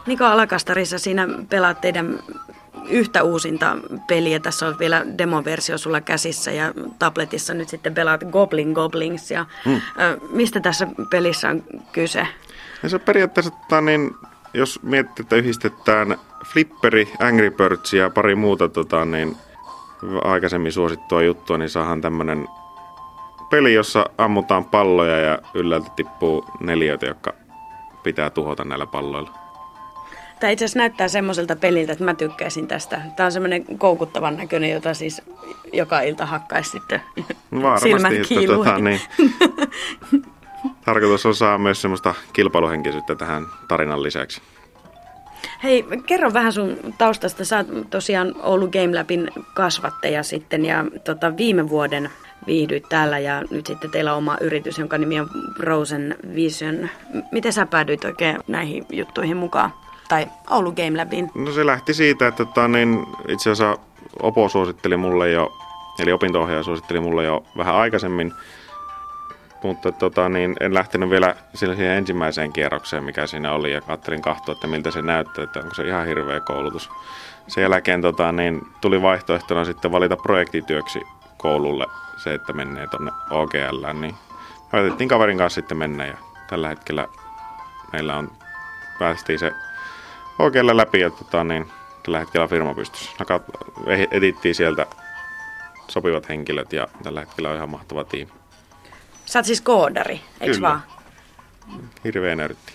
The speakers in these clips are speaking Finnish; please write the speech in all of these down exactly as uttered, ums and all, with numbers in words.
Niko Alakastarissa siinä pelaat teidän yhtä uusinta peliä. Tässä on vielä demoversio sulla käsissä ja tabletissa nyt sitten pelaat Goblin Goblins. Ja, hmm. ö, mistä tässä pelissä on kyse? Ja se periaatteessa, niin, jos miettii, että yhdistetään Flipperi, Angry Birds ja pari muuta tota, niin, aikaisemmin suosittua juttua, niin saadaan tämmöinen peli, jossa ammutaan palloja ja ylhäältä tippuu neliöitä, jotka pitää tuhota näillä palloilla. Tämä itse asiassa näyttää semmoiselta peliltä, että mä tykkäisin tästä. Tämä on semmoinen koukuttavan näköinen, jota siis joka ilta hakkaisi sitten silmät kiiluen. Tota, niin. Tarkoitus on saada myös semmoista kilpailuhenkisyyttä tähän tarinan lisäksi. Hei, kerro vähän sun taustasta. Sä oot tosiaan Oulu Game Labin kasvattaja sitten ja tota, viime vuoden viihdyit täällä ja nyt sitten teillä on oma yritys, jonka nimi on Frozen Vision. Miten sä päädyit oikein näihin juttuihin mukaan? Tai Oulu Game Labiin? No se lähti siitä, että tota, niin itse asiassa Opo suositteli mulle jo, eli opinto-ohjaaja suositteli mulle jo vähän aikaisemmin, mutta tota, niin en lähtenyt vielä siihen ensimmäiseen kierrokseen, mikä siinä oli, ja katselin kahtoa, että miltä se näyttää, että onko se ihan hirveä koulutus. Sen jälkeen tota, niin tuli vaihtoehtona sitten valita projektityöksi koululle se, että menee tuonne O G L:ään, niin päätettiin kaverin kanssa sitten mennä, ja tällä hetkellä meillä on, päästiin se O G L läpi, ja tota, niin tällä hetkellä firma pystyssä. Etittiin sieltä sopivat henkilöt, ja tällä hetkellä on ihan mahtava tiimi. Sä oot siis koodari, eikö vaan? Hirveä nörtti.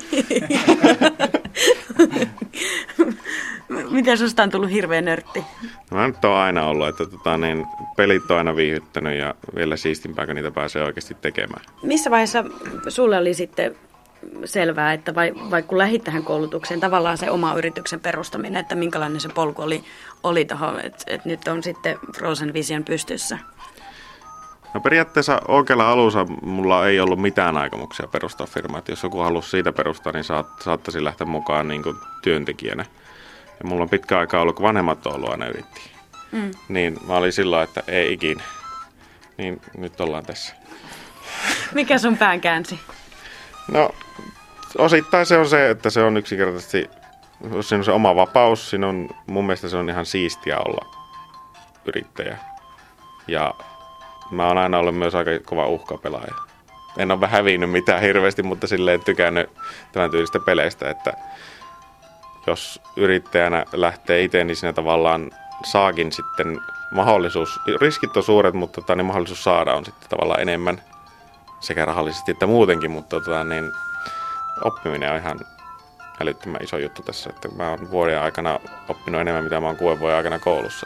Miten susta on tullut hirveä nörtti? No, mä nyt oon aina ollut, että tota, niin, pelit on aina viihyttänyt ja vielä siistimpää, kun niitä pääsee oikeasti tekemään. Missä vaiheessa sulle oli sitten selvää, että vai, vai kun lähdit tähän koulutukseen, tavallaan se oma yrityksen perustaminen, että minkälainen se polku oli, oli tuohon, että, että nyt on sitten Frozen Vision pystyssä? No periaatteessa oikealla alussa mulla ei ollut mitään aikomuksia perustaa firmaa. Että jos joku halusi siitä perustaa, niin saat, saattaisi lähteä mukaan niin kuin työntekijänä. Ja mulla on pitkä aika ollut, kun vanhemmat on ollut aina yritti. Mm. Niin mä olin silloin, että ei ikinä. Niin nyt ollaan tässä. Mikä sun pään käänsi? No osittain se on se, että se on yksinkertaisesti, siinä on se oma vapaus. Siinä on, mun mielestä se on ihan siistiä olla yrittäjä. Ja mä oon aina ollut myös aika kova uhkapelaaja. En ole hävinnyt mitään hirveästi, mutta silleen tykännyt tämän tyylistä peleistä, että jos yrittäjänä lähtee itse, niin siinä tavallaan saakin sitten mahdollisuus, riskit on suuret, mutta tota, niin mahdollisuus saada on sitten tavallaan enemmän sekä rahallisesti että muutenkin, mutta tota, niin oppiminen on ihan älyttömän iso juttu tässä, että mä oon vuoden aikana oppinut enemmän, mitä mä oon kuuden vuoden aikana koulussa.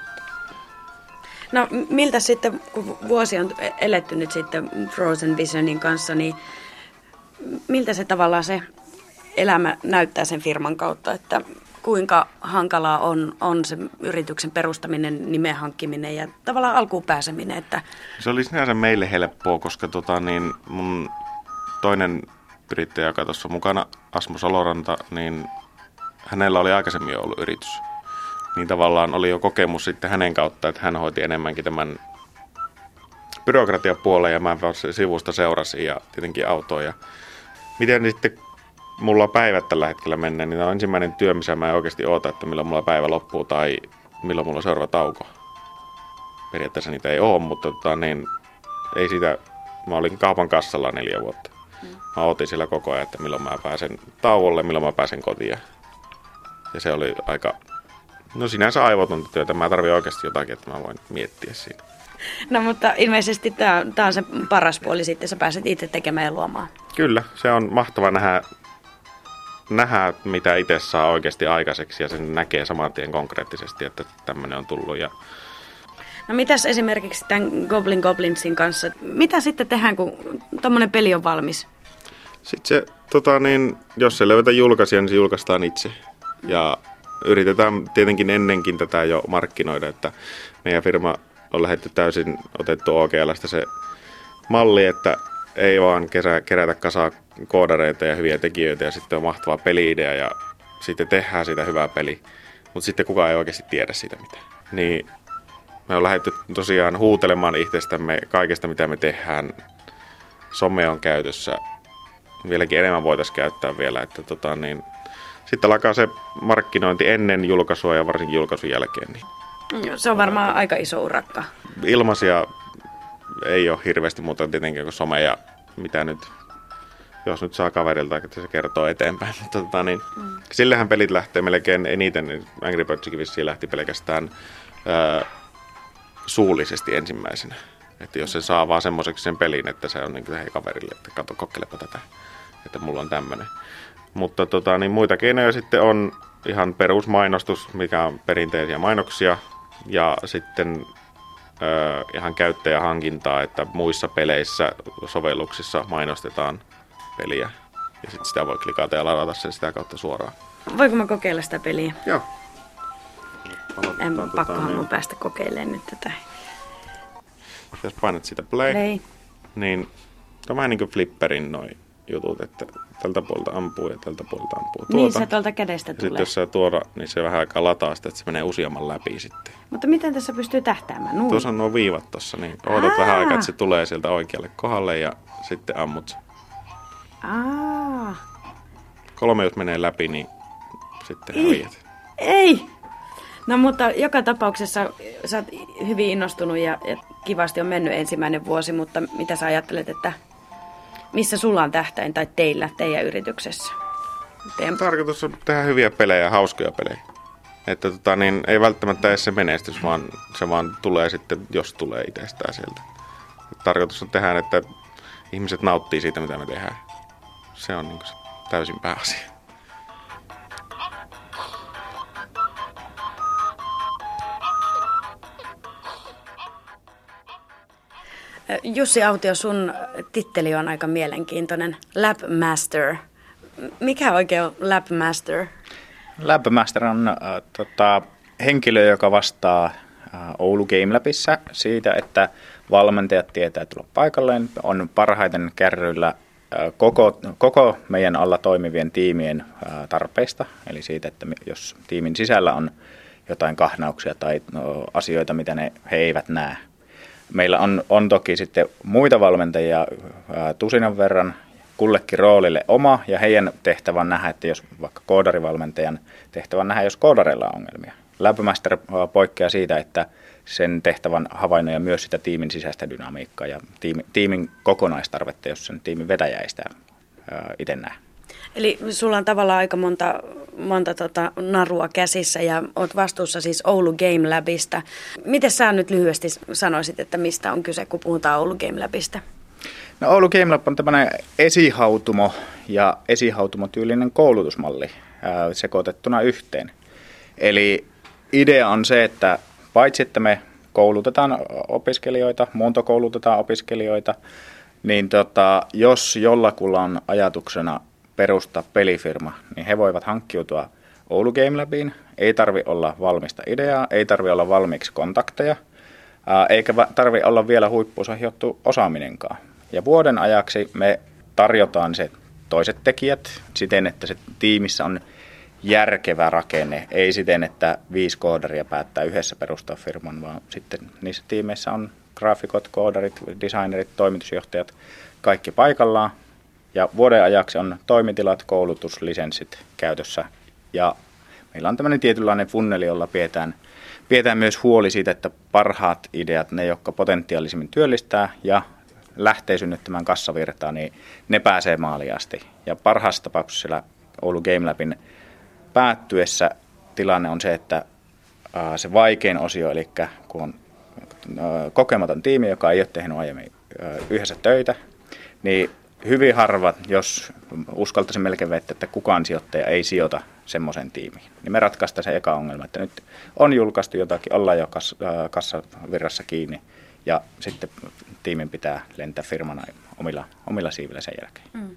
No miltä sitten, kun vuosi on eletty nyt sitten Frozen Visionin kanssa, niin miltä se tavallaan se elämä näyttää sen firman kautta, että kuinka hankalaa on, on se yrityksen perustaminen, nimen hankkiminen ja tavallaan alkuun pääseminen? Että se oli sinänsä meille helppoa, koska tota, niin mun toinen yrittäjä, joka tuossa mukana, Asmo Saloranta, niin hänellä oli aikaisemmin ollut yritys. Niin tavallaan oli jo kokemus sitten hänen kautta, että hän hoiti enemmänkin tämän byrokratiapuolen ja mä sivusta seurasin ja tietenkin autoja. Miten sitten mulla päivät tällä hetkellä mennään, niin on ensimmäinen työ, missä mä en oikeasti oota, että milloin mulla päivä loppuu tai milloin mulla on seuraava tauko. Periaatteessa niitä ei ole, mutta tota, niin, ei sitä, mä olin kaupan kassalla neljä vuotta. Mä ootin siellä koko ajan, että milloin mä pääsen tauolle, milloin mä pääsen kotiin. Ja se oli aika, no sinänsä aivotonta työtä. Mä tarvitsen oikeasti jotakin, että mä voin miettiä siinä. No mutta ilmeisesti tämä, tämä on se paras puoli sitten, sä pääset itse tekemään ja luomaan. Kyllä, se on mahtava nähdä, nähdä mitä itse saa oikeasti aikaiseksi ja sen näkee saman tien konkreettisesti, että tämmöinen on tullut. Ja no mitäs esimerkiksi tämän Goblin Goblinsin kanssa, mitä sitten tehdään, kun tommoinen peli on valmis? Sitten se, tota niin, jos se löytää julkaisija, niin se julkaistaan itse. Ja yritetään tietenkin ennenkin tätä jo markkinoida, että meidän firma on lähdetty täysin otettu O G L:stä se malli, että ei vaan kesä, kerätä kasaa koodareita ja hyviä tekijöitä ja sitten on mahtava peli-idea ja sitten tehdään siitä hyvää peli, mutta sitten kukaan ei oikeasti tiedä siitä mitään. Niin me on lähdetty tosiaan huutelemaan itsestämme kaikesta, mitä me tehdään. Some on käytössä. Vieläkin enemmän voitaisiin käyttää vielä, että tota, niin, sitten alkaa se markkinointi ennen julkaisua ja varsinkin julkaisun jälkeen. Niin se on varmaan aika iso urakka. Ilmaisia ei ole hirveästi muuta tietenkin kuin some ja mitä nyt, jos nyt saa kaverilta, että se kertoo eteenpäin. Mutta tota, niin, mm. Sillehän pelit lähtee melkein eniten. Angry Birdsikin vissiin lähti pelkästään ää, suullisesti ensimmäisenä. Että jos se saa vaan semmoiseksi sen pelin, että se on niin kuin hei kaverille, että kato, kokeilepa tätä, että mulla on tämmöinen. Mutta tota, niin muita keinoja sitten on ihan perusmainostus, mikä on perinteisiä mainoksia, ja sitten ö, ihan käyttäjähankintaa, että muissa peleissä, sovelluksissa mainostetaan peliä, ja sitten sitä voi klikata ja ladata sen sitä kautta suoraan. Voinko mä kokeilla sitä peliä? Joo. En pakkohan mun päästä kokeilemaan nyt tätä. Jos painat sitä play, play. niin on vähän niin kuin flipperin noi jutut, että tältä puolta ampuu ja tältä puolta ampuu tuota. Niin se tuolta kädestä ja tulee. sitten jos sä tuoda, niin se vähän aikaa lataa sitä, että se menee useamman läpi sitten. Mutta miten tässä pystyy tähtäämään? Nuun. Tuossa on nuo viivat tossa, niin odotat Aa. vähän aikaa, että se tulee sieltä oikealle kohdalle ja sitten ammut se. Aa. Kolme jos menee läpi, niin sitten Ei. häviät. Ei! No mutta joka tapauksessa sä oot hyvin innostunut ja, ja kivasti on mennyt ensimmäinen vuosi, mutta mitä sä ajattelet, että missä sulla on tähtäin tai teillä, teidän yrityksessä? Teidän... Tarkoitus on tehdä hyviä pelejä, hauskoja pelejä. Että tota, niin ei välttämättä edes se menestys, vaan se vaan tulee sitten, jos tulee itsestään sieltä. Tarkoitus on tehdä, että ihmiset nauttii siitä, mitä me tehdään. Se on niin kuin se täysin pääasia. Jussi Autio, sun titteli on aika mielenkiintoinen. Lab Master. Mikä oikein on Lab Master? Lab Master on äh, tota, henkilö, joka vastaa äh, Oulu Game Labissa siitä, että valmentajat tietää tulla paikalleen, on parhaiten kärryillä äh, koko, koko meidän alla toimivien tiimien äh, tarpeista. Eli siitä, että jos tiimin sisällä on jotain kahnauksia tai no, asioita, mitä ne, he eivät näe. Meillä on, on toki sitten muita valmentajia ää, tusinan verran, kullekin roolille oma, ja heidän tehtävän nähdä, että jos vaikka koodarivalmentajan tehtävän nähdä, jos koodareilla on ongelmia. Labmaster poikkeaa siitä, että sen tehtävän havainnoja myös sitä tiimin sisäistä dynamiikkaa ja tiimin, tiimin kokonaistarvetta, jos sen tiimin vetäjä ei sitä itse näe. Eli sulla on tavallaan aika monta, monta tota narua käsissä ja oot vastuussa siis Oulu Game Labista. Miten sä nyt lyhyesti sanoisit, että mistä on kyse, kun puhutaan Oulu Game Labista? No Oulu Game Lab on tämmöinen esihautumo ja esihautumotyylinen koulutusmalli ää, sekoitettuna yhteen. Eli idea on se, että paitsi että me koulutetaan opiskelijoita, muuntokoulutetaan opiskelijoita, niin tota, jos jollakulla on ajatuksena perustaa pelifirma, niin he voivat hankkiutua Oulu Game Labiin. Ei tarvi olla valmista ideaa, ei tarvi olla valmiiksi kontakteja, ää, eikä tarvi olla vielä huippuunsa hiottu osaaminenkaan. Ja vuoden ajaksi me tarjotaan se toiset tekijät siten, että se tiimissä on järkevä rakenne. Ei siten, että viisi koodaria päättää yhdessä perustaa firman, vaan sitten niissä tiimeissä on graafikot, koodarit, designerit, toimitusjohtajat, kaikki paikallaan. Ja vuoden ajaksi on toimitilat, koulutuslisenssit käytössä. Ja meillä on tämmöinen tietynlainen funneli, jolla pidetään, pidetään myös huoli siitä, että parhaat ideat, ne jotka potentiaalisimmin työllistää ja lähtee synnyttämään kassavirtaa, niin ne pääsee maaliin asti. Ja parhaassa tapauksessa siellä Oulu Game Labin päättyessä tilanne on se, että se vaikein osio, eli kun on kokematon tiimi, joka ei ole tehnyt aiemmin yhdessä töitä, niin hyvin harva, jos uskaltaisin melkein vettä, että kukaan sijoittaja ei sijoita semmoisen tiimiin. Niin me ratkaistaan se eka ongelma, että nyt on julkaistu jotakin, ollaan jo kassavirrassa kiinni ja sitten tiimin pitää lentää firmana omilla, omilla siivillä sen jälkeen. Mm.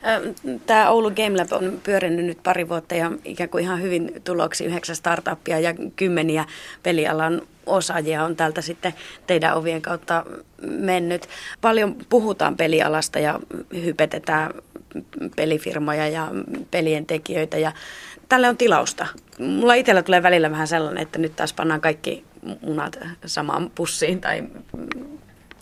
Tämä Oulu Game Lab on pyörinyt nyt pari vuotta ja ikään kuin ihan hyvin tuloksi yhdeksän startuppia ja kymmeniä pelialan osaajia on täältä sitten teidän ovien kautta mennyt. Paljon puhutaan pelialasta ja hypetetään pelifirmoja ja pelien tekijöitä ja tälle on tilausta. Mulla itsellä tulee välillä vähän sellainen, että nyt taas pannaan kaikki munat samaan pussiin tai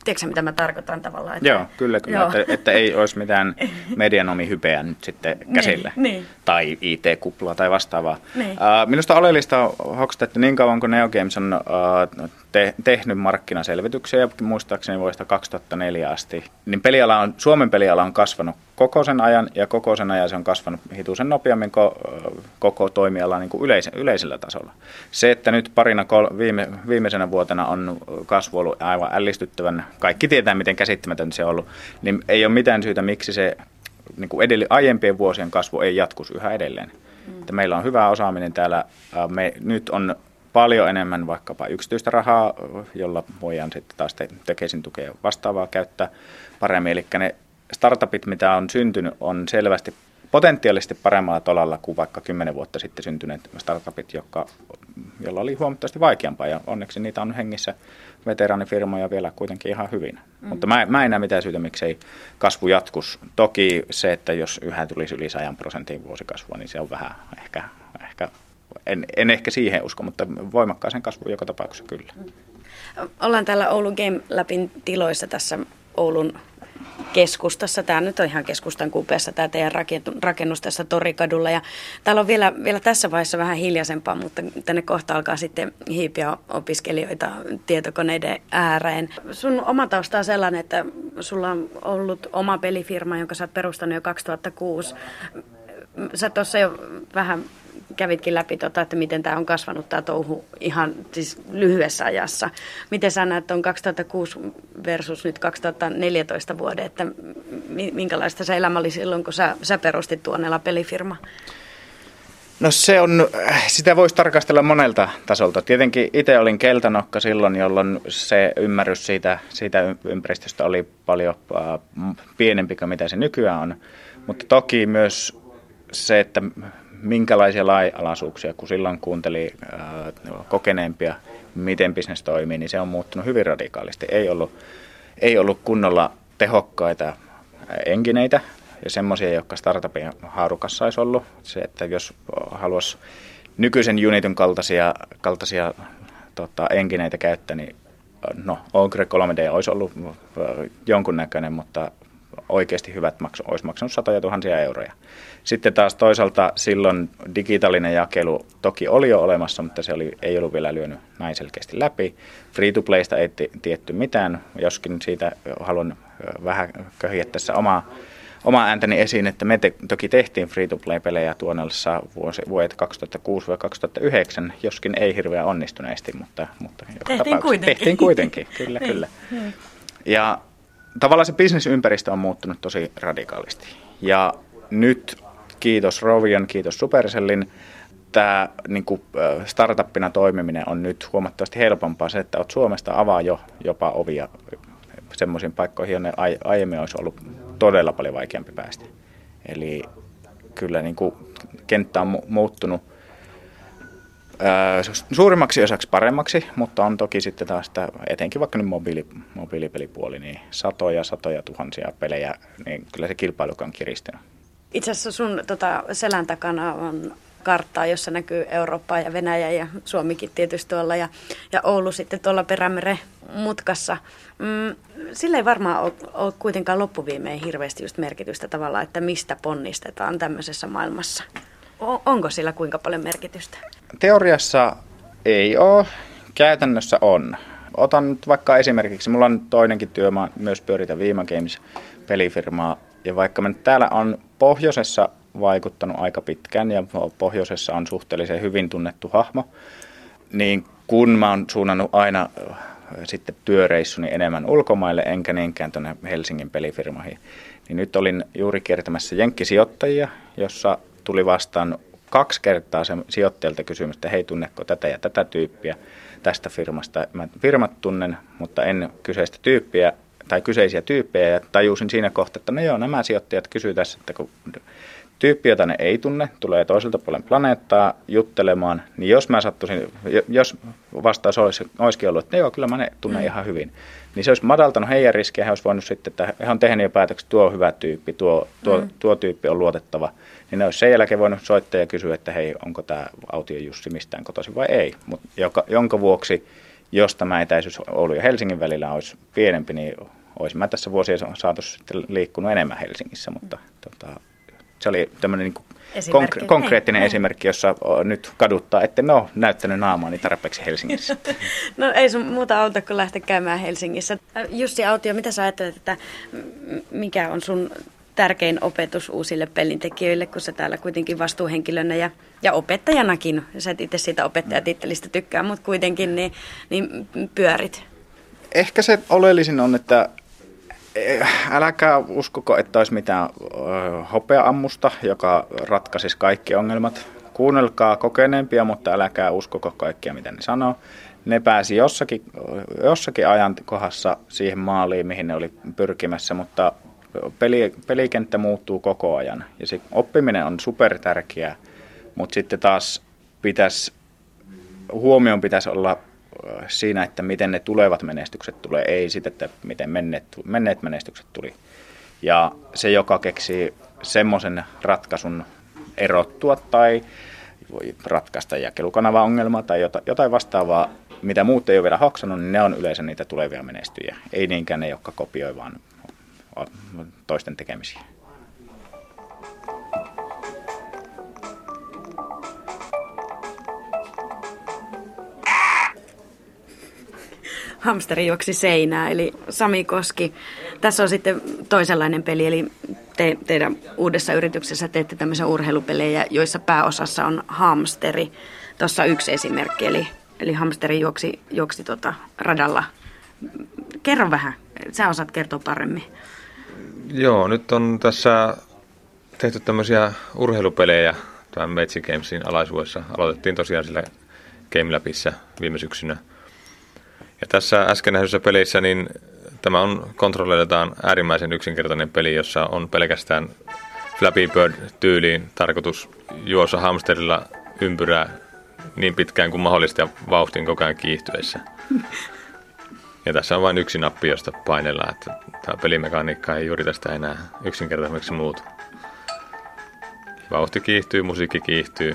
Tiedätkö mitä mä tarkoitan tavallaan? Että, Joo, kyllä, kyllä. joo. Että, että ei olisi mitään medianomihypeä nyt sitten käsille. Niin, niin. Tai I T-kuplaa tai vastaavaa. Niin. Uh, minusta oleellista on hoksata, että niin kauan kuin Neo Games on uh, te- tehnyt markkinaselvityksiä, muistaakseni vuodesta kaksituhattaneljä asti, niin peliala on, Suomen peliala on kasvanut koko sen ajan, ja koko sen ajan se on kasvanut hitusen nopeammin ko- koko toimiala niin kuin yleis- yleisellä tasolla. Se, että nyt parina kol- viime, viimeisenä vuotena on kasvu ollut aivan ällistyttävän, kaikki tietää miten käsittämätöntä se on ollut, niin ei ole mitään syytä, miksi se niin kuin edelle, aiempien vuosien kasvu ei jatkuisi yhä edelleen. Mm. Että meillä on hyvä osaaminen täällä, me, nyt on paljon enemmän vaikkapa yksityistä rahaa, jolla voidaan sitten taas te- Tekesin tukea vastaavaa käyttää paremmin. Eli ne startupit, mitä on syntynyt, on selvästi potentiaalisesti paremmalla tolalla kuin vaikka kymmenen vuotta sitten syntyneet startupit, jotka, joilla oli huomattavasti vaikeampaa. Ja onneksi niitä on hengissä veteraanifirmoja vielä kuitenkin ihan hyvin. Mm. Mutta mä, mä en näe mitään syytä, miksei kasvu jatkus. Toki se, että jos yhä tulisi yli sadan prosentin vuosikasvua, niin se on vähän ehkä... ehkä En, en ehkä siihen usko, mutta voimakkaaseen kasvuun joka tapauksessa kyllä. Ollaan täällä Oulun Game Labin tiloissa tässä Oulun keskustassa. Tämä nyt on ihan keskustan kupeessa, tämä teidän rakennus tässä Torikadulla. Ja täällä on vielä, vielä tässä vaiheessa vähän hiljaisempaa, mutta tänne kohta alkaa sitten hiipiä opiskelijoita tietokoneiden ääreen. Sun oma tausta on sellainen, että sulla on ollut oma pelifirma, jonka sä oot perustanut jo kaksituhattakuusi. Sä tuossa jo vähän kävitkin läpi, tota, että miten tämä on kasvanut tämä touhu ihan siis lyhyessä ajassa. Miten sä näet on kaksituhattakuusi versus nyt kaksituhattaneljätoista vuoden, että minkälaista se elämä oli silloin, kun sä, sä perustit Tuonela pelifirma? No se on, sitä voisi tarkastella monelta tasolta. Tietenkin itse olin keltanokka silloin, jolloin se ymmärrys siitä, siitä ympäristöstä oli paljon äh, pienempi kuin mitä se nykyään on. Mutta toki myös se, että minkälaisia lainalaisuuksia, kun silloin kuunteli ää, kokeneempia, miten bisnes toimii, niin se on muuttunut hyvin radikaalisti. Ei ollut, ei ollut kunnolla tehokkaita engineitä ja semmoisia, jotka startupin haarukassa olisi ollut. Se, että jos haluaisi nykyisen Unitin kaltaisia, kaltaisia tota, engineitä käyttää, niin no, Ogre kolme D olisi ollut jonkunnäköinen, mutta oikeasti hyvät maksu, olisi maksanut satoja tuhansia euroja. Sitten taas toisaalta silloin digitaalinen jakelu toki oli jo olemassa, mutta se oli, ei ollut vielä lyönyt näin selkeästi läpi. Free-to-playsta ei tietty mitään, joskin siitä haluan vähän köhiä tässä omaa, omaa ääntäni esiin, että me te, toki tehtiin free-to-play-pelejä Tuonelassa vuodet kaksituhattakuusi kaksituhattayhdeksän, joskin ei hirveän onnistuneesti, mutta, mutta tehtiin kuitenkin. Tehtiin kuitenkin, kyllä, kyllä. Ja tavallaan se bisnesympäristö on muuttunut tosi radikaalisti. Ja nyt kiitos Rovion, kiitos Supercellin, tämä niin kuin startuppina toimiminen on nyt huomattavasti helpompaa. Se, että olet Suomesta avaa jo jopa ovia semmoisiin paikkoihin, jonne aiemmin olisi ollut todella paljon vaikeampi päästä. Eli kyllä niin kuin kenttä on muuttunut suurimmaksi osaksi paremmaksi, mutta on toki sitten taas sitä, etenkin vaikka nyt mobiili, mobiilipelipuoli, niin satoja, satoja tuhansia pelejä, niin kyllä se kilpailu on kiristynyt. Itse asiassa sun tota, selän takana on karttaa, jossa näkyy Eurooppaa ja Venäjä ja Suomikin tietysti tuolla ja, ja Oulu sitten tuolla Perämeren mutkassa. Mm, sillä ei varmaan ole, ole kuitenkaan loppuviimein hirveästi just merkitystä tavallaan, että mistä ponnistetaan tämmöisessä maailmassa. O, onko sillä kuinka paljon merkitystä? Teoriassa ei ole, käytännössä on. Otan nyt vaikka esimerkiksi, mulla on toinenkin työ, mä myös pyöritän Viima Games-pelifirmaa, ja vaikka mä nyt täällä on pohjoisessa vaikuttanut aika pitkään, ja pohjoisessa on suhteellisen hyvin tunnettu hahmo, niin kun mä oon suunnannut aina sitten työreissuni enemmän ulkomaille, enkä niinkään tuonne Helsingin pelifirmoihin, niin nyt olin juuri kiertämässä jenkkisijoittajia, jossa tuli vastaan kaksi kertaa se sijoittajalta kysymys, että hei, tunneko tätä ja tätä tyyppiä tästä firmasta. Mä firmat tunnen, mutta en kyseistä tyyppiä tai kyseisiä tyyppejä, ja tajusin siinä kohtaa, että no joo, nämä sijoittajat kysyy tässä, että kun tyyppi, jota ne ei tunne, tulee toiselta puolen planeettaa juttelemaan, niin jos mä sattuisin, jos vastaus olisi, olisikin ollut, että joo, kyllä mä ne tunnen ihan hyvin, niin se olisi madaltanut heidän riskejä, he olisi voinut sitten, että he on tehnyt jo päätökset, tuo on hyvä tyyppi, tuo, tuo, mm. tuo tyyppi on luotettava, niin ne olisi sen jälkeen voinut soittaa ja kysyä, että hei, onko tämä Aution Jussi mistään kotoisin vai ei, mutta joka, jonka vuoksi jos tämä etäisyys Oulun ja Helsingin välillä olisi pienempi, niin olisin mä tässä vuosien saatossa sitten liikkunut enemmän Helsingissä, mutta tota, se oli tämmöinen niin kuin konk- konkreettinen hei, esimerkki, jossa nyt kaduttaa, että me ole näyttänyt naamaani tarpeeksi Helsingissä. No ei sun muuta auta, kun lähteä käymään Helsingissä. Jussi Autio, mitä sä ajattelet, että mikä on sun tärkein opetus uusille pelintekijöille, kun sä täällä kuitenkin vastuuhenkilönä ja, ja opettajanakin, sä et itse siitä opettajatittelistä tykkää, mutta kuitenkin niin, niin pyörit? Ehkä se oleellisin on, että älkää uskoko, että olisi mitään hopeaammusta, joka ratkaisisi kaikki ongelmat. Kuunnelkaa kokeneempia, mutta äläkää uskoko kaikkia, mitä ne sanoo. Ne pääsi jossakin, jossakin ajankohdassa siihen maaliin, mihin ne oli pyrkimässä, mutta peli, pelikenttä muuttuu koko ajan. Ja se oppiminen on super tärkeää, mutta sitten taas pitäisi, huomioon pitäisi olla siinä, että miten ne tulevat menestykset tulee, ei sitä, että miten menneet, menneet menestykset tuli. Ja se, joka keksii semmoisen ratkaisun erottua tai voi ratkaista jakelukanavan-ongelmaa tai jotain vastaavaa, mitä muut ei ole vielä hoksannut, niin ne on yleensä niitä tulevia menestyjiä. Ei niinkään ne, jotka kopioi vaan toisten tekemisiä. Hamsteri juoksi seinää, eli Sami Koski. Tässä on sitten toisenlainen peli, eli te, teidän uudessa yrityksessä teette tämmöisiä urheilupelejä, joissa pääosassa on hamsteri. Tuossa yksi esimerkki, eli, eli hamsteri juoksi, juoksi tota radalla. Kerro vähän, sä osaat kertoa paremmin. Joo, nyt on tässä tehty tämmöisiä urheilupelejä tämän Magic Gamesin alaisuudessa. Aloitettiin tosiaan sillä Game Labissa viime syksynä. Ja tässä äsken nähdyissä peleissä niin tämä on kontrolloidaan äärimmäisen yksinkertainen peli, jossa on pelkästään Flappy Bird-tyyliin tarkoitus juossa hamsterilla ympyrää niin pitkään kuin mahdollista ja vauhtiin koko ajan kiihtyessä. Ja tässä on vain yksi nappi, josta painellaan, että tämä pelimekaniikka ei juuri tästä enää yksinkertaiseksi muutu. Vauhti kiihtyy, musiikki kiihtyy.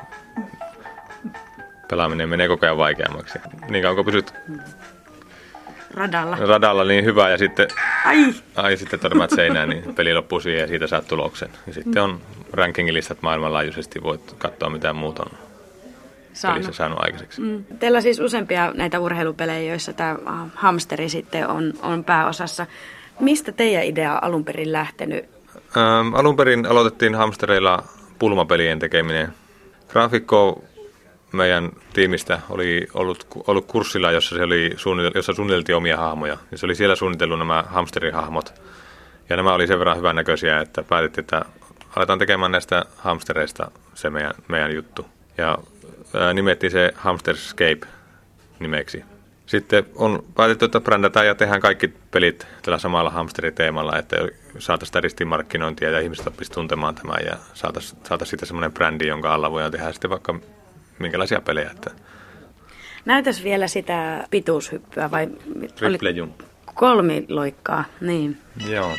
Pelaaminen menee koko ajan vaikeammaksi. Niin kauan kun pysyt radalla, radalla niin hyvä ja sitten, ai. Ai, sitten törmät seinään, niin peli loppuu siihen ja siitä saat tuloksen. Ja sitten on ranking-listat maailmanlaajuisesti, voit katsoa mitä muut on saanut. pelissä saanut aikaiseksi. Mm. Teillä on siis useampia näitä urheilupelejä, joissa tämä hamsteri sitten on, on pääosassa. Mistä teidän idea on alun perin lähtenyt? Ähm, alun perin aloitettiin hamstereilla pulmapelien tekeminen. Graafikko meidän tiimistä oli ollut, ollut kurssilla, jossa, se oli suunnitel- jossa suunniteltiin omia hahmoja. Ja se oli siellä suunnitellut nämä hamsterihahmot. Ja nämä oli sen verran hyvän näköisiä, että päätettiin, että aletaan tekemään näistä hamstereista se meidän, meidän juttu. Ja ää, nimettiin se Hamsterscape nimeksi. Sitten on päätetty, että brändätään ja tehdään kaikki pelit tällä samalla hamsteriteemalla, että saataisiin sitä ristimarkkinointia ja ihmiset oppisivat tuntemaan tämän ja saataisiin, saataisiin siitä semmoinen brändi, jonka alla voidaan tehdä sitten vaikka minkälaisia pelejä. Että näytäisi vielä sitä pituushyppyä vai? Triple jump. Kolmiloikkaa, niin. Joo.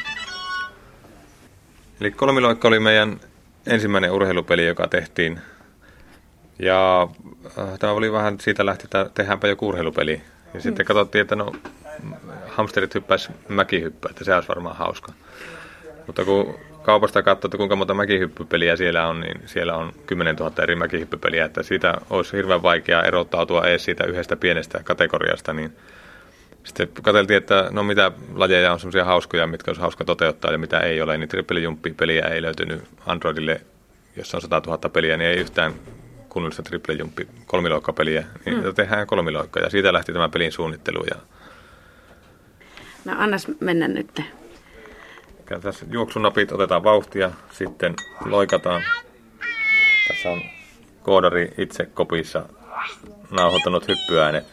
Eli kolmiloikka oli meidän ensimmäinen urheilupeli, joka tehtiin. Ja äh, tämä oli vähän siitä lähti, että tehdäänpä joku urheilupeli. Ja sitten katsottiin, että no hamsterit hyppäisi mäkihyppyä, että se olisi varmaan hauska. Mutta kun kaupasta katsoo, että kuinka monta mäkihyppypeliä siellä on, niin siellä on kymmenen tuhatta eri mäkihyppypeliä, että siitä olisi hirveän vaikeaa erottautua edes siitä yhdestä pienestä kategoriasta, niin sitten katseltiin, että no mitä lajeja on semmoisia hauskoja, mitkä olisi hauska toteuttaa ja mitä ei ole, niin triple jump-peliä ei löytynyt Androidille, jossa on sata tuhatta peliä, niin ei yhtään kunnollista triple jump kolmiloikkapeliä, niin mm. tehdään kolmiloikka ja siitä lähti tämä pelin suunnittelu. Ja no annas mennä nyt. Tässä juoksunapit, otetaan vauhtia, sitten loikataan. Tässä on koodari itse kopissa nauhoittanut hyppyäänet.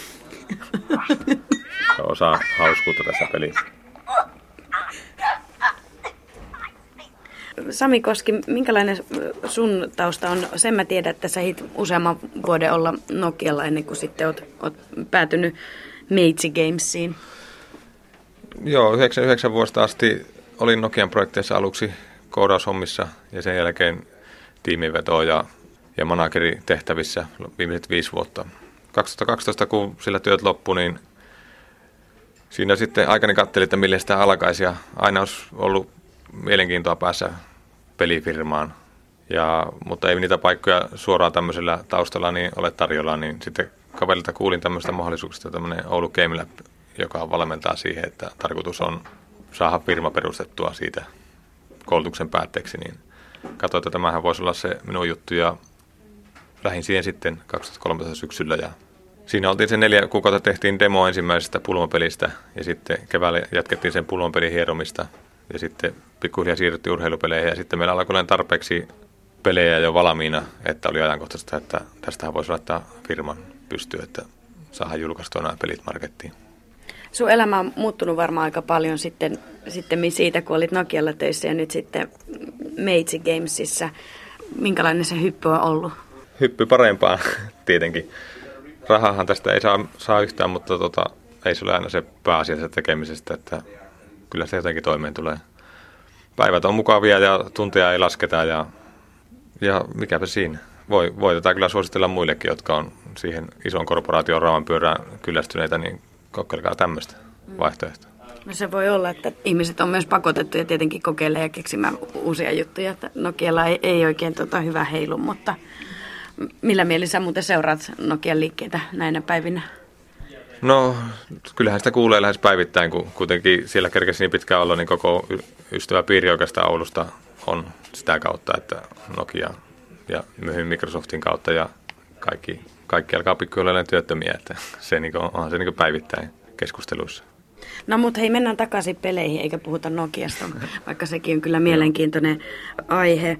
Se on osa hauskuutta tässä pelissä. Sami Koski, minkälainen sun tausta on? Sen mä tiedän, että sä hit useamman vuoden olla Nokialla ennen kuin sitten oot, oot päätynyt Magic Gamesiin. Joo, yhdeksänkymmentäyhdeksän vuosta asti olin Nokian projekteissa aluksi koodaushommissa ja sen jälkeen tiiminvetoa ja, ja manageritehtävissä viimeiset viisi vuotta kaksituhattakaksitoista, kun sillä työt loppui, niin siinä sitten aikani katselin, että millä sitä alkaisi. Ja aina olisi ollut mielenkiintoa päässä pelifirmaan. Ja, mutta ei niitä paikkoja suoraan tämmöisellä taustalla niin ole tarjolla, niin sitten kaverilta kuulin tämmöistä mahdollisuuksista, tämmöinen Oulu Game Lab, joka valmentaa siihen, että tarkoitus on saada firma perustettua siitä koulutuksen päätteeksi, niin katsoin, että tämähän voisi olla se minun juttu ja lähdin siihen sitten kaksituhattakolmetoista syksyllä ja siinä oltiin se neljä kuukautta, tehtiin demo ensimmäisestä pulmapelistä ja sitten keväällä jatkettiin sen pulmapelin hieromista ja sitten pikkuhiljaa siirryttiin urheilupeleihin ja sitten meillä alkoi olla tarpeeksi pelejä jo valmiina, että oli ajankohtaista, että tästähän voisi laittaa firman pystyyn, että saadaan julkaistua nämä pelit markettiin. Sun elämä on muuttunut varmaan aika paljon sitten, sitten siitä, kun olit Nokialla töissä ja nyt sitten Meitsi Gamesissa. Minkälainen se hyppy on ollut? Hyppy parempaan tietenkin. Rahahan tästä ei saa, saa yhtään, mutta tota, ei se ole aina se pääasia tekemisestä, että kyllä se jotenkin toimeen tulee. Päivät on mukavia ja tunteja ei lasketa ja, ja mikäpä siinä. Voi, voi tätä kyllä suositella muillekin, jotka on siihen ison korporaation rauhanpyörään kyllästyneitä, niin kokeilkaa tämmöistä vaihtoehtoa. No se voi olla, että ihmiset on myös pakotettuja tietenkin kokeilemaan ja keksimään uusia juttuja. Että Nokialla ei, ei oikein tota hyvä heilu, mutta millä mielin sä muuten seuraat Nokian liikkeitä näinä päivinä? No kyllähän sitä kuulee lähes päivittäin, kun kuitenkin siellä kerkesi niin pitkään olla, niin koko ystäväpiiri oikeastaan Oulusta on sitä kautta, että Nokia ja myöhemmin Microsoftin kautta ja kaikki, kaikki alkaa pikkuhiljaa työttömiä, että se niin kuin, onhan se niin kuin päivittäin keskusteluissa. No mutta hei, mennään takaisin peleihin eikä puhuta Nokiasta, vaikka sekin on kyllä mielenkiintoinen aihe.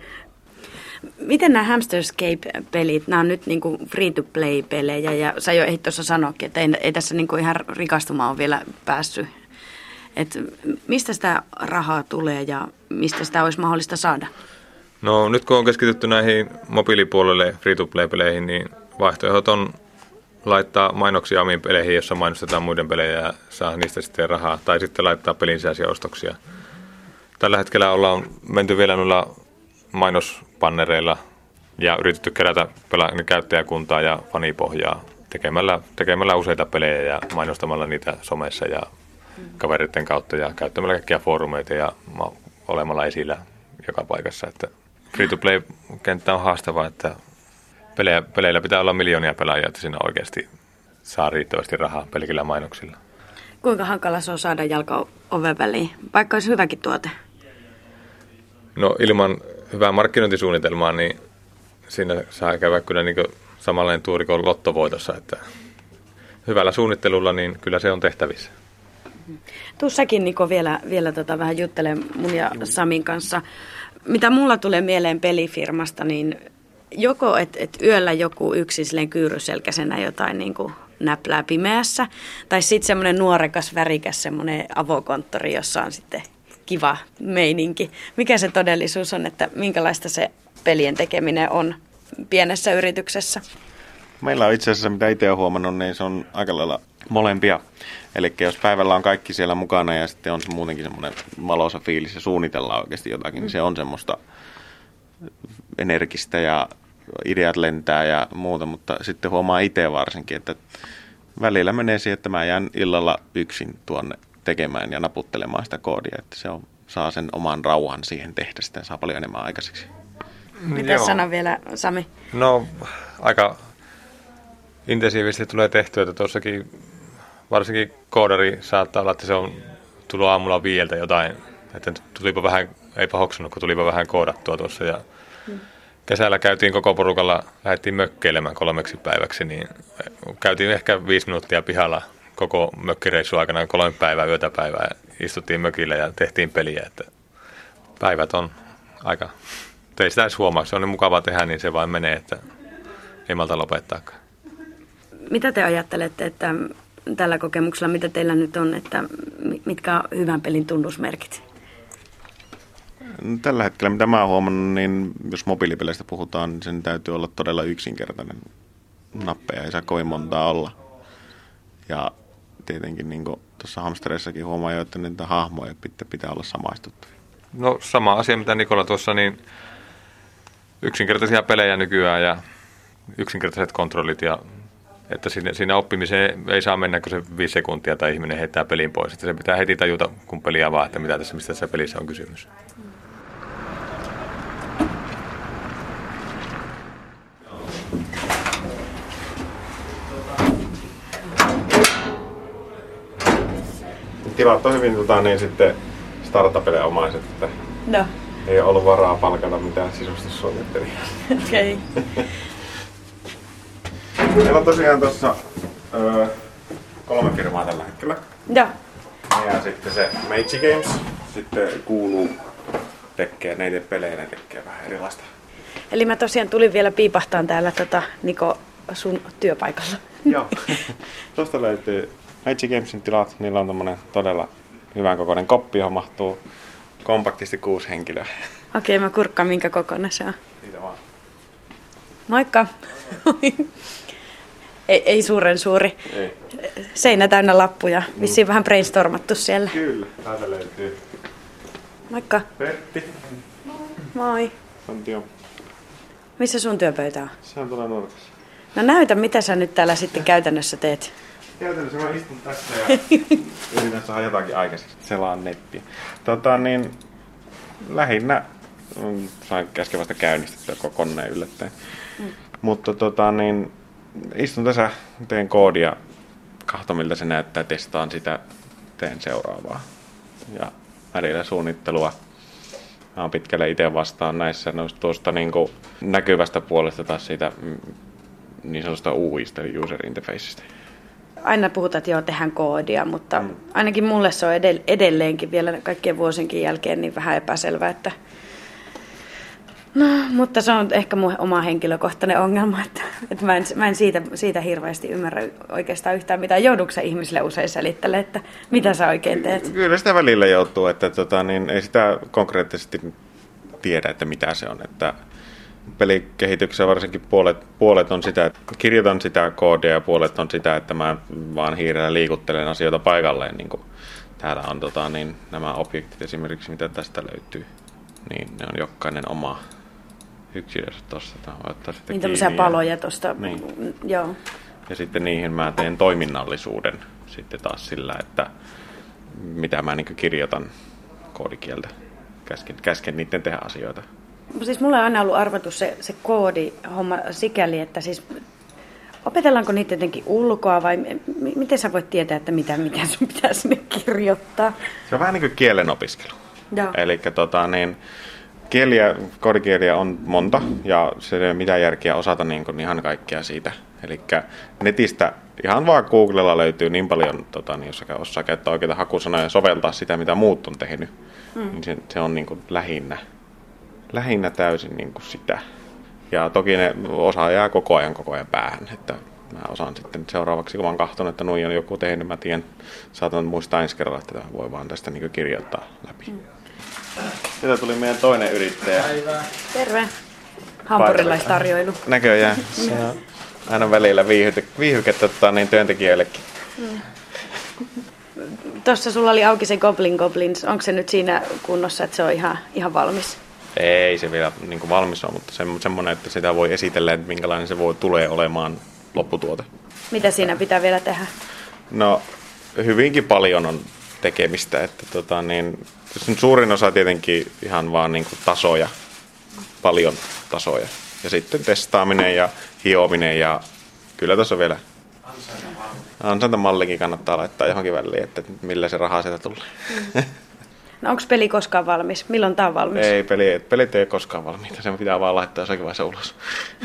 Miten nämä Hamsterscape-pelit, nämä on nyt niin kuin free-to-play-pelejä ja sä jo ehdit tuossa sanoakin, että ei, ei tässä niin kuin ihan rikastumaan ole vielä päässyt. Et mistä sitä rahaa tulee ja mistä sitä olisi mahdollista saada? No nyt kun on keskitytty näihin mobiilipuolelle free-to-play-peleihin, niin vaihtoehdot on laittaa mainoksia omiin peleihin, jossa mainostetaan muiden pelejä ja saa niistä sitten rahaa, tai sitten laittaa pelin sisäisiä ostoksia. Tällä hetkellä ollaan menty vielä noilla mainospannereilla ja yritetty kerätä pela- käyttäjäkuntaa ja fanipohjaa tekemällä, tekemällä useita pelejä ja mainostamalla niitä somessa ja kavereiden kautta ja käyttämällä kaikkia foorumeita ja olemalla esillä joka paikassa. Että free-to-play-kenttä on haastava, että pelejä, peleillä pitää olla miljoonia pelaajia, että siinä oikeasti saa riittävästi rahaa pelkillä mainoksilla. Kuinka hankala se on saada jalka oven väliin, vaikka olisi hyväkin tuote? No ilman hyvää markkinointisuunnitelmaa, niin siinä saa käydä kyllä niin samanlainen tuuri kuin lottovoitossa, että hyvällä suunnittelulla niin kyllä se on tehtävissä. Tuussakin Niko vielä, vielä tota vähän juttelen mun ja Samin kanssa. Mitä mulla tulee mieleen pelifirmasta, niin joko että et yöllä joku yksi silleen kyyryselkäisenä jotain niin kuin näplää pimeässä, tai sitten semmoinen nuorekas, värikäs semmoinen avokonttori, jossa on sitten kiva meininki. Mikä se todellisuus on, että minkälaista se pelien tekeminen on pienessä yrityksessä? Meillä on itse asiassa, mitä itse olen huomannut, niin se on aika lailla molempia. Eli jos päivällä on kaikki siellä mukana ja sitten on se muutenkin semmoinen valoisa fiilis ja suunnitellaan oikeasti jotakin, niin se on semmoista energistä ja ideat lentää ja muuta, mutta sitten huomaa itse varsinkin, että välillä menee siihen, että mä jään illalla yksin tuonne tekemään ja naputtelemaan sitä koodia, että se on, saa sen oman rauhan siihen tehdä, sitten saa paljon enemmän aikaiseksi. Mitä sanon vielä, Sami? No aika intensiivisesti tulee tehtyä, että tuossakin varsinkin koodari saattaa olla, että se on tullut aamulla viieltä jotain, että tulipa vähän, eipä hoksunut, kun tulipa vähän koodattua tuossa ja hmm. kesällä käytiin koko porukalla, lähdettiin mökkeilemään kolmeksi päiväksi, niin käytiin ehkä viisi minuuttia pihalla koko mökkireissu aikana kolme päivää, yötä päivää ja istuttiin mökillä ja tehtiin peliä, että päivät on aika, ei sitä edes huomaa, se on niin mukavaa tehdä, niin se vain menee, että ei malta lopettaakaan. Mitä te ajattelette, että tällä kokemuksella, mitä teillä nyt on, että mitkä on hyvän pelin tunnusmerkit? Tällä hetkellä, mitä mä oon huomannut, niin jos mobiilipeleistä puhutaan, niin sen täytyy olla todella yksinkertainen. Nappeja ei saa kovin montaa olla. Ja tietenkin niin kuin tuossa hamstereissakin huomaa jo, että niitä hahmoja pitää, pitää olla samaistuttavia. No sama asia, mitä Nikola tuossa, niin yksinkertaisia pelejä nykyään ja yksinkertaiset kontrollit ja Että siinä, siinä oppimiseen ei saa mennä, kun se viisi sekuntia tai ihminen heittää pelin pois. Että se pitää heti tajuta, kun peli avaa, että mitä tässä, mistä tässä pelissä on kysymys. Tilat on hyvin tota, niin sitten startupille omaiset, että No. ei ole ollut varaa palkata mitään sisustussuunnittelijaa. Okei. Okay. Meillä on tosiaan tuossa öö, kolme firmaa tällä hetkellä. Joo. Ja sitten se Meitsi Games sitten kuuluu, tekee näitä pelejä, ne tekee vähän erilaista. Eli mä tosiaan tulin vielä piipahtaan täällä tota, Niko sun työpaikalla. Joo. Tuosta löytyy Meitsi Gamesin tilat. Niillä on tommonen todella hyvän kokoinen koppi, johon mahtuu kompaktisti kuusi henkilöä. Okei, okay, mä kurkkaan minkä kokoinen se on. Siitä vaan. Moikka! ei, ei suuren suuri. Ei. Seinä täynnä lappuja. Vissiin mm. vähän brainstormattu siellä. Kyllä, täältä löytyy Moikka! Pertti. Moi! Antio. Missä sun työpöytä on? Se on tuolla nurkassa. No näytä, mitä sä nyt täällä sitten käytännössä teet. Käytännössä mä istun tässä ja yritän saada jotakin aikaiseksi. Selaan nettiä. Tota niin, lähinnä mm, sain käsken vasta käynnistettyä koko koneen yllättäen. Mm. Mutta tota niin, istun tässä, teen koodia, kahto miltä se näyttää, testaan sitä, teen seuraavaa. Ja välillä suunnittelua. Mä oon pitkälle itse vastaan näissä tuosta niin kuin näkyvästä puolesta taas siitä niin sanotusta U I:stä, eli user interfaceista. Aina puhutaan, että joo, tehdään koodia, mutta mm. ainakin mulle se on edelleenkin vielä kaikkien vuosienkin jälkeen niin vähän epäselvä, että no, mutta se on ehkä mun oma henkilökohtainen ongelma, että, että mä en, mä en siitä, siitä hirveästi ymmärrä oikeastaan yhtään mitään. Joudutko sä ihmisille usein selittele, että mitä sä oikein teet? Kyllä sitä välillä joutuu, että tota, niin ei sitä konkreettisesti tiedä, että mitä se on. Että pelikehityksessä varsinkin puolet, puolet on sitä, että kirjoitan sitä koodia ja puolet on sitä, että mä vaan hiirellä liikuttelen asioita paikalleen. Niin kuin täällä on tota, niin, nämä objektit esimerkiksi, mitä tästä löytyy, niin ne on jokainen oma yksilössä tuossa. Niin tämmöisiä paloja tuosta. Niin. Joo. Ja sitten niihin mä teen toiminnallisuuden sitten taas sillä, että mitä mä niin kirjoitan koodikieltä. Käsken, käsken niiden tehdä asioita. Siis mulla on aina ollut arvotus se, se koodihomma sikäli, että siis opetellaanko niitä jotenkin ulkoa vai m- miten sä voit tietää, että mitä, mitä sun pitää sinne kirjoittaa? Se on vähän niin kuin kielen opiskelu. Eli tota, niin, kieliä, koodikieliä on monta ja se ei ole mitään järkeä osata niin kuin ihan kaikkea siitä. Eli netistä ihan vaan Googlella löytyy niin paljon, tota, niin jos osaa käyttää oikeita hakusanoja ja soveltaa sitä, mitä muut on tehnyt, mm. niin se, se on niin kuin lähinnä. Lähinnä täysin niin kuin sitä. Ja toki ne osa jää koko ajan koko ajan päähän. Että mä osaan sitten seuraavaksi, kun mä oon kahtonut, että noin on joku tehnyt, mä tiedän, saatan muistaa ensi kerralla, että voi vaan tästä niin kuin kirjoittaa läpi. Mm. Sieltä tuli meidän toinen yrittäjä. Päivää. Terve. Hampurilaistarjoilu. Näköjään. Se on aina välillä viihyke, viihykettä ottaa niin työntekijöillekin. Mm. Tuossa sulla oli auki se Goblin Goblins. Onko se nyt siinä kunnossa, että se on ihan, ihan valmis? Ei se vielä niin kuin valmis on, mutta semmoinen, että sitä voi esitellä, että minkälainen se voi tulee olemaan lopputuote. Mitä siinä pitää vielä tehdä? No hyvinkin paljon on tekemistä. Että tota, niin, suurin osa tietenkin ihan vaan niin kuin tasoja, paljon tasoja. Ja sitten testaaminen ja hiominen ja kyllä tässä on vielä ansaintamallikin kannattaa laittaa johonkin väliin, että millä se raha sieltä tulee. Mm. No onko peli koskaan valmis? Milloin tämä on valmis? Ei, peli, pelit ei ole koskaan valmiita. Sen pitää vaan laittaa jossakin vaiheessa ulos.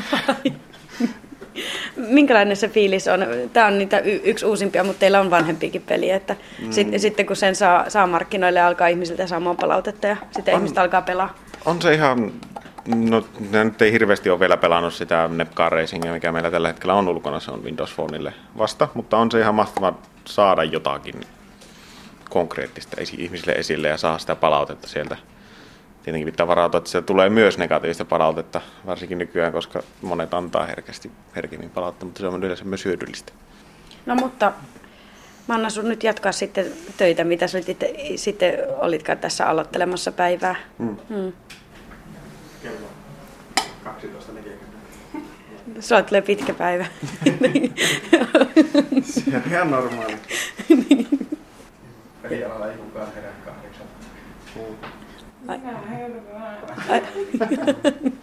Minkälainen se fiilis on? Tämä on niitä y- yksi uusimpia, mutta teillä on vanhempikin peli. Että mm. sit, sitten kun sen saa, saa markkinoille, alkaa ihmisiltä saamaan palautetta ja sitten on, ihmiset alkaa pelaa. On se ihan... No, nyt ei hirveästi ole vielä pelannut sitä Nepcar Racingia, mikä meillä tällä hetkellä on ulkona. Se on Windows Phoneille vasta, mutta on se ihan mahtava saada jotakin konkreettista ihmisille esille ja saa sitä palautetta sieltä. Tietenkin pitää varautua, että sieltä tulee myös negatiivista palautetta, varsinkin nykyään, koska monet antaa herkästi, herkemmin palautetta, mutta se on yleensä myös hyödyllistä. No mutta mä annan sun nyt jatkaa sitten töitä, mitä sä nyt itse, sitten olitkaan tässä aloittelemassa päivää. Hmm. Hmm. Kello kaksitoista neljäkymmentä. Sulla tulee pitkä päivä. Se on ihan normaali. Pelialalla ei kukaan herää kahdeksan. Ai. Ai.